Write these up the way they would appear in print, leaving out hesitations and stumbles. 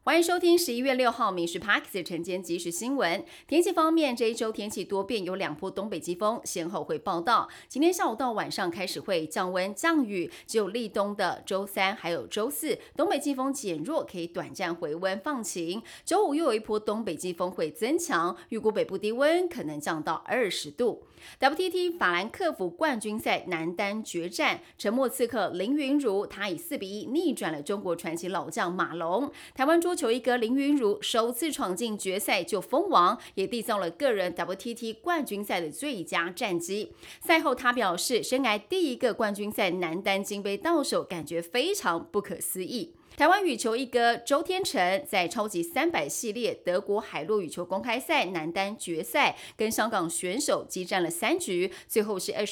欢迎收听11月6号民视 Parks 晨间即时新闻。天气方面，这一周天气多变，有2波东北季风先后会报道。今天下午到晚上开始会降温降雨，只有立冬的周3还有周4，东北季风减弱，可以短暂回温放晴。周5又有一波东北季风会增强，预估北部低温可能降到20度。WTT 法兰克福冠军赛男单决战，沉默刺客林昀儒，他以4-1逆转了中国传奇老将马龙。台湾桌球一哥林昀儒首次闯进决赛就封王，也缔造了个人 WTT 冠军赛的最佳战绩。赛后他表示，生涯第一个冠军赛男单金杯到手，感觉非常不可思议。台湾羽球一哥周天成在超级300系列德国海洛羽球公开赛男单决赛，跟香港选手激战了3局，最后是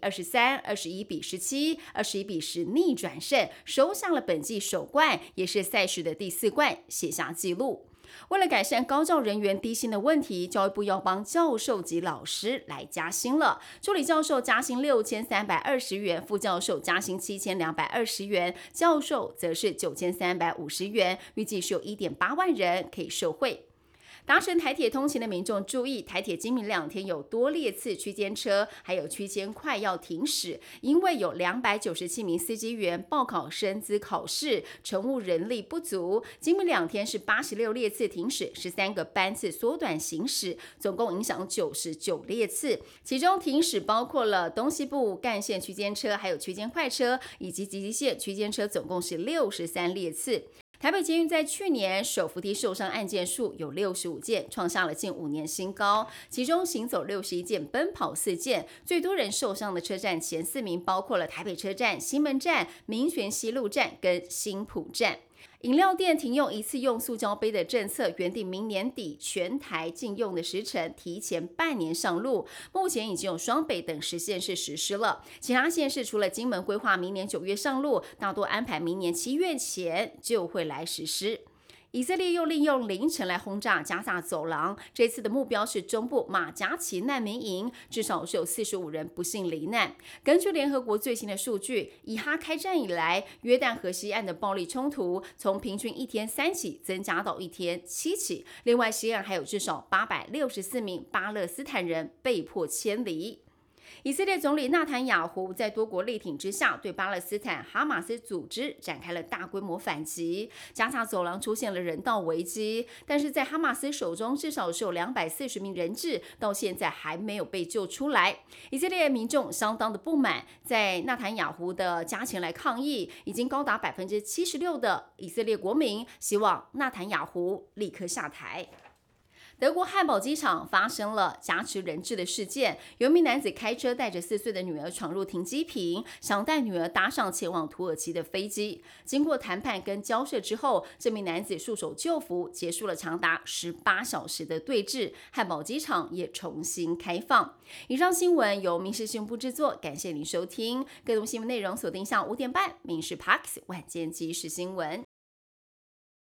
21-23、21-17、21-10逆转胜，收下了本季首冠，也是赛事的第4冠，写下纪录。为了改善高教人员低薪的问题，教育部要帮教授及老师来加薪了。助理教授加薪6320元，副教授加薪7220元，教授则是9350元，预计是有1.8万人可以受惠。搭乘台铁通勤的民众注意，台铁今明2天有多列次区间车还有区间快要停驶，因为有297名司机员报考升资考试，乘务人力不足。今明2天是86列次停驶，13个班次缩短行驶，总共影响99列次。其中停驶包括了东西部干线区间车，还有区间快车以及集集线区间车，总共是63列次。台北捷运在去年手扶梯受伤案件数有65件，创下了近5年新高。其中行走61件，奔跑4件。最多人受伤的车站前4名包括了台北车站、西门站、民权西路站跟新埔站。饮料店停用一次用塑胶杯的政策，原定明年底全台禁用的时程提前半年上路，目前已经有双北等10县市实施了。其他县市除了金门规划明年9月上路，大多安排明年7月前就会来实施。以色列又利用凌晨来轰炸加萨走廊，这次的目标是中部马加奇难民营，至少是有45人不幸罹难。根据联合国最新的数据，以哈开战以来，约旦河西岸的暴力冲突从平均1天3起增加到1天7起，另外西岸还有至少864名巴勒斯坦人被迫迁离。以色列总理纳坦雅胡在多国力挺之下，对巴勒斯坦哈马斯组织展开了大规模反击。加萨走廊出现了人道危机，但是在哈马斯手中至少是有240名人质，到现在还没有被救出来。以色列民众相当的不满，在纳坦雅胡的家前来抗议，已经高达76%的以色列国民希望纳坦雅胡立刻下台。德国汉堡机场发生了挟持人质的事件，有一名男子开车带着4岁的女儿闯入停机坪，想带女儿搭上前往土耳其的飞机。经过谈判跟交涉之后，这名男子束手就缚，结束了长达18小时的对峙，汉堡机场也重新开放。以上新闻由民视新闻部制作，感谢您收听。更多新闻内容锁定下午5点半，民视 Parks 晚间即时新闻。